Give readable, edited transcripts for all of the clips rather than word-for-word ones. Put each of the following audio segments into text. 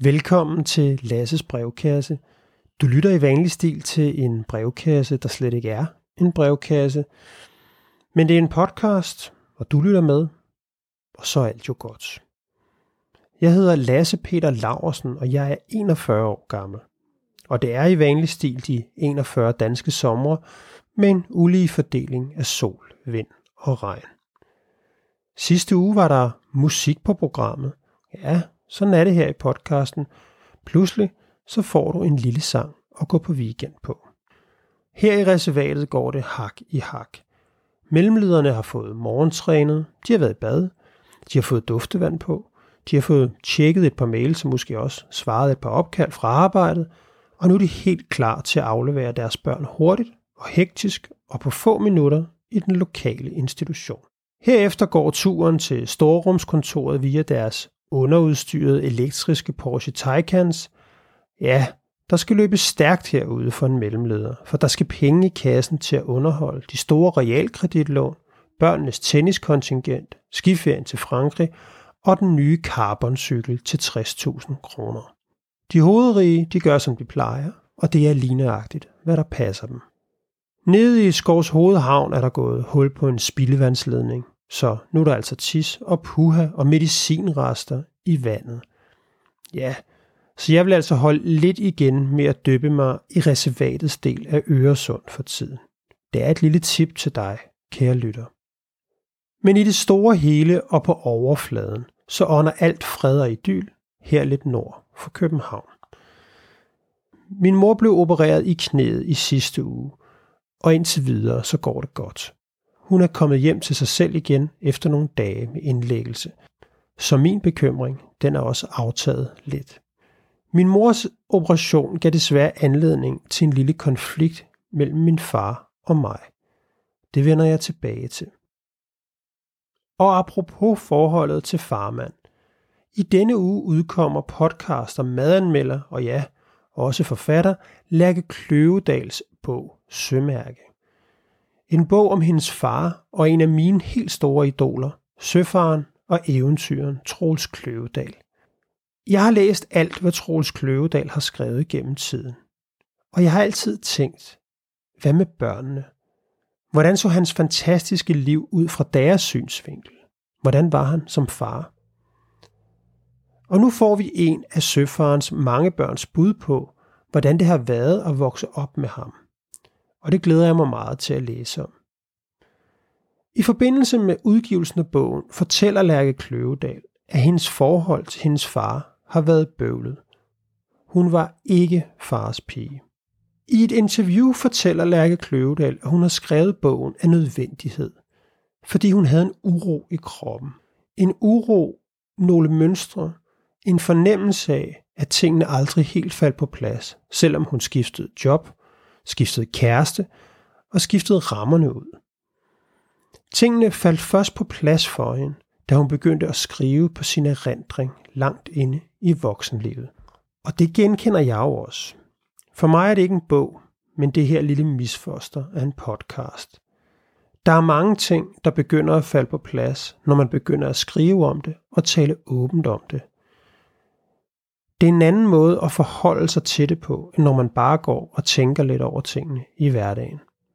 Velkommen til Lasses brevkasse. Du lytter i vanlig stil til en brevkasse, der slet ikke er en brevkasse. Men det er en podcast, og du lytter med, og så er alt jo godt. Jeg hedder Lasse Peter Laursen, og jeg er 41 år gammel. Og det er i vanlig stil de 41 danske somre med en ulige fordeling af sol, vind og regn. Sidste uge var der musik på programmet. Ja, sådan er det her i podcasten. Pludselig så får du en lille sang at gå på weekend på. Her i reservatet går det hak i hak. Mellemlederne har fået morgentrænet, de har været i bad, de har fået duftevand på, de har fået tjekket et par mails, som måske også svaret et par opkald fra arbejdet, og nu er de helt klar til at aflevere deres børn hurtigt og hektisk og på få minutter i den lokale institution. Herefter går turen til storrumskontoret via deres underudstyrede elektriske Porsche Taycans. Ja, der skal løbe stærkt herude for en mellemleder, for der skal penge i kassen til at underholde de store realkreditlån, børnenes tenniskontingent, skiferien til Frankrig og den nye carboncykel til 60.000 kroner. De hovedrige, de gør som de plejer, og det er ligneragtigt, hvad der passer dem. Nede i Skovs Hovedhavn er der gået hul på en spildevandsledning, så nu er der altså tis og puha og medicinrester i vandet. Ja, så jeg vil altså holde lidt igen med at dyppe mig i reservatets del af Øresund for tiden. Det er et lille tip til dig, kære lytter. Men i det store hele og på overfladen, så ånder alt fred og idyl her lidt nord for København. Min mor blev opereret i knæet i sidste uge, og indtil videre så går det godt. Hun er kommet hjem til sig selv igen efter nogle dage med indlæggelse. Så min bekymring, den er også aftaget lidt. Min mors operation gav desværre anledning til en lille konflikt mellem min far og mig. Det vender jeg tilbage til. Og apropos forholdet til farmand. I denne uge udkommer podcaster, madanmelder og ja, også forfatter Lærke Kløvedals bog Sømærke. En bog om hendes far og en af mine helt store idoler, søfaren og eventyren Troels Kløvedal. Jeg har læst alt, hvad Troels Kløvedal har skrevet gennem tiden. Og jeg har altid tænkt, hvad med børnene? Hvordan så hans fantastiske liv ud fra deres synsvinkel? Hvordan var han som far? Og nu får vi en af søfarens mange børns bud på, hvordan det har været at vokse op med ham. Og det glæder jeg mig meget til at læse om. I forbindelse med udgivelsen af bogen fortæller Lærke Kløvedal, at hendes forhold til hendes far har været bøvlet. Hun var ikke fars pige. I et interview fortæller Lærke Kløvedal, at hun har skrevet bogen af nødvendighed, fordi hun havde en uro i kroppen. En uro, nogle mønstre, en fornemmelse af, at tingene aldrig helt faldt på plads, selvom hun skiftede job, skiftede kæreste og skiftede rammerne ud. Tingene faldt først på plads for hende, da hun begyndte at skrive på sin erindring langt inde i voksenlivet. Og det genkender jeg jo også. For mig er det ikke en bog, men det her lille misfoster af en podcast. Der er mange ting, der begynder at falde på plads, når man begynder at skrive om det og tale åbent om det. Det er en anden måde at forholde sig til det på, end når man bare går og tænker lidt over tingene i hverdagen.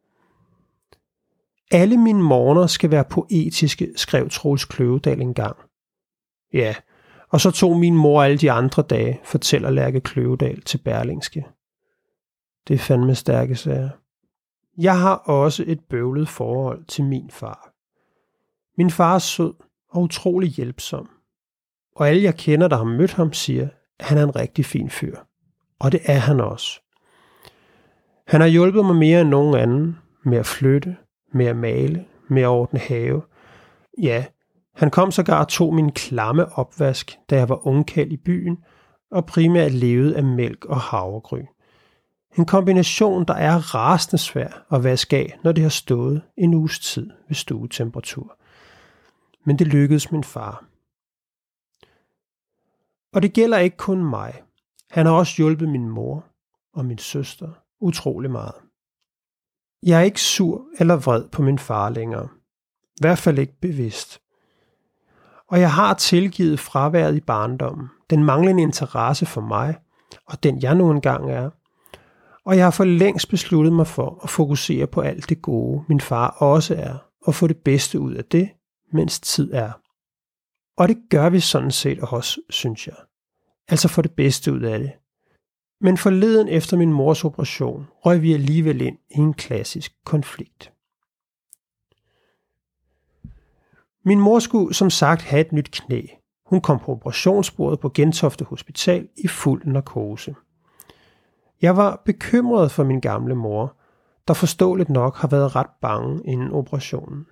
Alle mine morgener skal være poetiske, skrev Troels Kløvedal engang. Ja, og så tog min mor alle de andre dage, fortæller Lærke Kløvedal til Berlingske. Det er fandme stærke sager. Jeg har også et bøvlet forhold til min far. Min far er sød og utrolig hjælpsom. Og alle jeg kender, der har mødt ham, siger, at han er en rigtig fin fyr. Og det er han også. Han har hjulpet mig mere end nogen anden med at flytte, med at male, med at ordne have. Ja, han kom sågar og tog min klamme opvask, da jeg var ungkald i byen, og primært levede af mælk og havregryn. En kombination, der er rasende svær at vaske af, når det har stået en uges tid ved stuetemperatur. Men det lykkedes min far. Og det gælder ikke kun mig. Han har også hjulpet min mor og min søster utrolig meget. Jeg er ikke sur eller vred på min far længere. I hvert fald ikke bevidst. Og jeg har tilgivet fraværet i barndommen, den manglende interesse for mig, og den jeg nu engang er. Og jeg har for længst besluttet mig for at fokusere på alt det gode, min far også er, og få det bedste ud af det, mens tid er. Og det gør vi sådan set også, synes jeg. Altså få det bedste ud af det. Men forleden efter min mors operation røg vi alligevel ind i en klassisk konflikt. Min mor skulle som sagt have et nyt knæ. Hun kom på operationsbordet på Gentofte Hospital i fuld narkose. Jeg var bekymret for min gamle mor, der forståeligt nok har været ret bange inden operationen.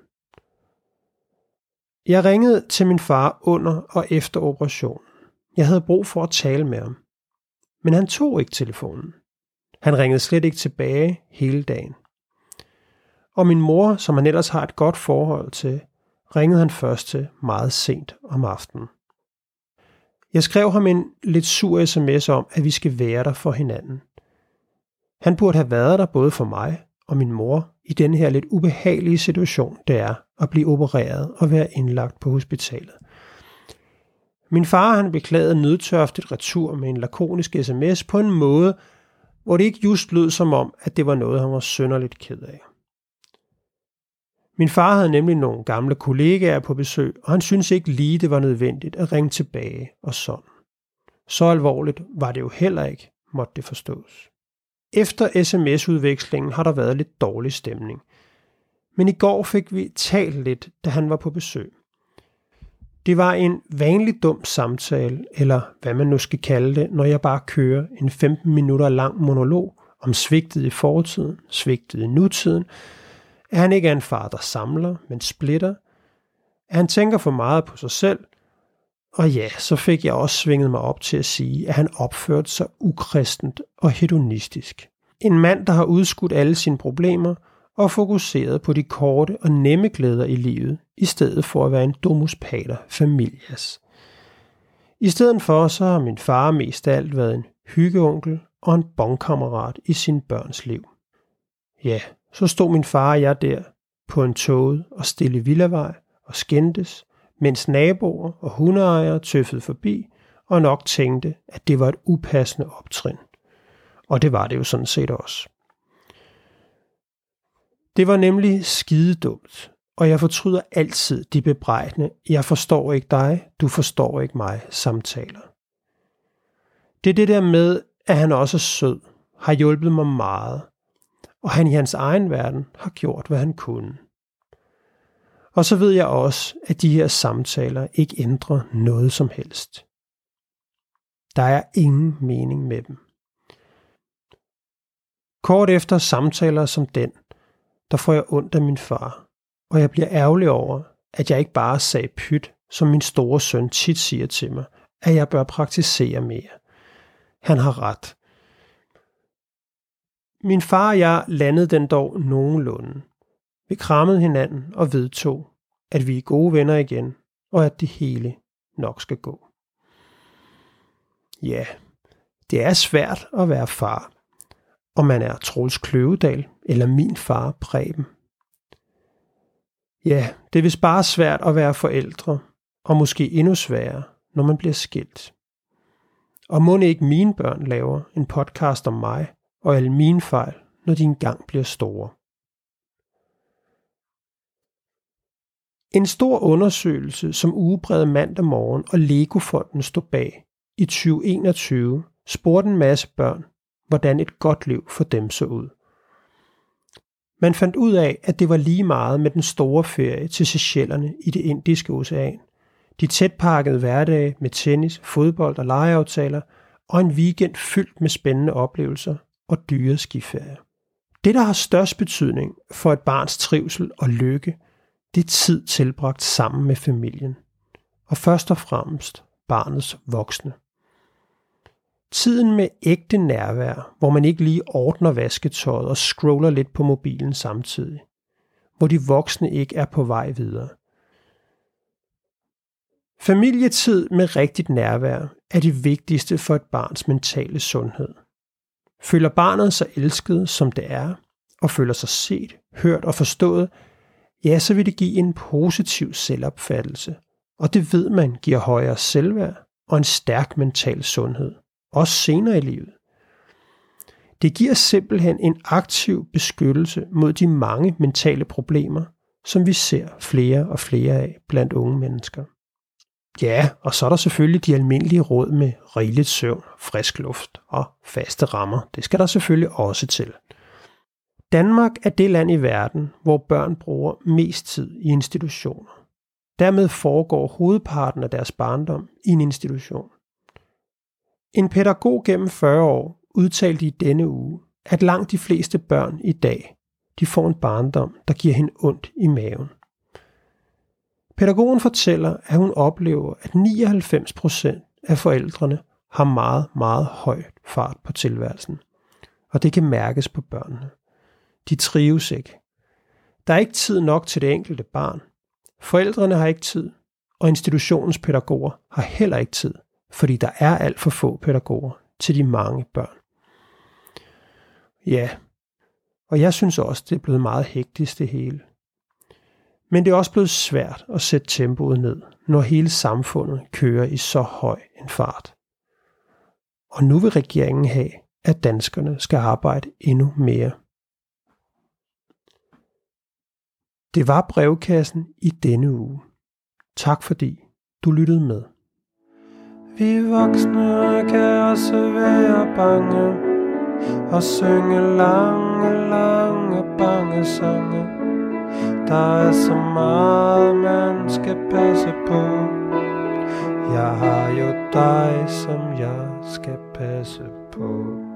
Jeg ringede til min far under og efter operationen. Jeg havde brug for at tale med ham. Men han tog ikke telefonen. Han ringede slet ikke tilbage hele dagen. Og min mor, som han ellers har et godt forhold til, ringede han først til meget sent om aftenen. Jeg skrev ham en lidt sur sms om, at vi skal være der for hinanden. Han burde have været der både for mig og min mor i den her lidt ubehagelige situation, det er at blive opereret og være indlagt på hospitalet. Min far han beklagede nødtørftigt retur med en lakonisk sms på en måde, hvor det ikke just lød som om, at det var noget, han var synderligt ked af. Min far havde nemlig nogle gamle kollegaer på besøg, og han syntes ikke lige, det var nødvendigt at ringe tilbage og sådan. Så alvorligt var det jo heller ikke, måtte det forstås. Efter sms-udvekslingen har der været lidt dårlig stemning. Men i går fik vi talt lidt, da han var på besøg. Det var en vanlig dum samtale, eller hvad man nu skal kalde det, når jeg bare kører en 15 minutter lang monolog om svigtet i fortiden, svigtet i nutiden, at han ikke er en far, der samler, men splitter, at han tænker for meget på sig selv, og ja, så fik jeg også svinget mig op til at sige, at han opførte sig ukristent og hedonistisk. En mand, der har udskudt alle sine problemer og fokuseret på de korte og nemme glæder i livet, i stedet for at være en domus pater familias. I stedet for så har min far mest af alt været en hyggeonkel og en bonkammerat i sine børns liv. Ja, så stod min far og jeg der på en tåget og stille villavej og skændtes, mens naboer og hundeejere tøffede forbi og nok tænkte, at det var et upassende optrin. Og det var det jo sådan set også. Det var nemlig skidedumt, og jeg fortryder altid de bebrejdende, jeg forstår ikke dig, du forstår ikke mig, samtaler. Det er det der med, at han også er sød, har hjulpet mig meget, og han i hans egen verden har gjort, hvad han kunne. Og så ved jeg også, at de her samtaler ikke ændrer noget som helst. Der er ingen mening med dem. Kort efter samtaler som den, der får jeg ondt af min far, og jeg bliver ærgerlig over, at jeg ikke bare sagde pyt, som min store søn tit siger til mig, at jeg bør praktisere mere. Han har ret. Min far og jeg landede den dog nogenlunde. Vi krammede hinanden og vedtog, at vi er gode venner igen, og at det hele nok skal gå. Ja, det er svært at være far, om man er Troels Kløvedal eller min far Preben. Ja, det er vist bare svært at være forældre, og måske endnu sværere, når man bliver skilt. Og må ikke mine børn laver en podcast om mig og alle mine fejl, når de engang bliver store. En stor undersøgelse, som Ugebrevet Mandag Morgen og Lego-fonden stod bag i 2021, spurgte en masse børn, hvordan et godt liv for dem så ud. Man fandt ud af, at det var lige meget med den store ferie til Seychellerne i det Indiske Ocean, de tætpakkede hverdage med tennis, fodbold og legeaftaler, og en weekend fyldt med spændende oplevelser og dyre skiferier. Det, der har størst betydning for et barns trivsel og lykke, det er tid tilbragt sammen med familien, og først og fremmest barnets voksne. Tiden med ægte nærvær, hvor man ikke lige ordner vasketøjet og scroller lidt på mobilen samtidig. Hvor de voksne ikke er på vej videre. Familietid med rigtigt nærvær er det vigtigste for et barns mentale sundhed. Føler barnet sig elsket, som det er, og føler sig set, hørt og forstået, ja, så vil det give en positiv selvopfattelse, Og det ved man giver højere selvværd og en stærk mental sundhed, også senere i livet. Det giver simpelthen en aktiv beskyttelse mod de mange mentale problemer, som vi ser flere og flere af blandt unge mennesker. Ja, og så er der selvfølgelig de almindelige råd med rigeligt søvn, frisk luft og faste rammer. Det skal der selvfølgelig også til. Danmark er det land i verden, hvor børn bruger mest tid i institutioner. Dermed foregår hovedparten af deres barndom i en institution. En pædagog gennem 40 år udtalte i denne uge, at langt de fleste børn i dag, de får en barndom, der giver hende ondt i maven. Pædagogen fortæller, at hun oplever, at 99% af forældrene har meget, meget høj fart på tilværelsen. Og det kan mærkes på børnene. De trives ikke. Der er ikke tid nok til det enkelte barn. Forældrene har ikke tid, og institutionens pædagoger har heller ikke tid, fordi der er alt for få pædagoger til de mange børn. Ja, og jeg synes også, det er blevet meget hektisk det hele. Men det er også blevet svært at sætte tempoet ned, når hele samfundet kører i så høj en fart. Og nu vil regeringen have, at danskerne skal arbejde endnu mere. Det var brevkassen i denne uge. Tak fordi du lyttede med. Vi voksne kan også være bange og synge lange, lange bange sange. Der er så meget man skal passe på. Jeg har jo dig, som jeg skal passe på.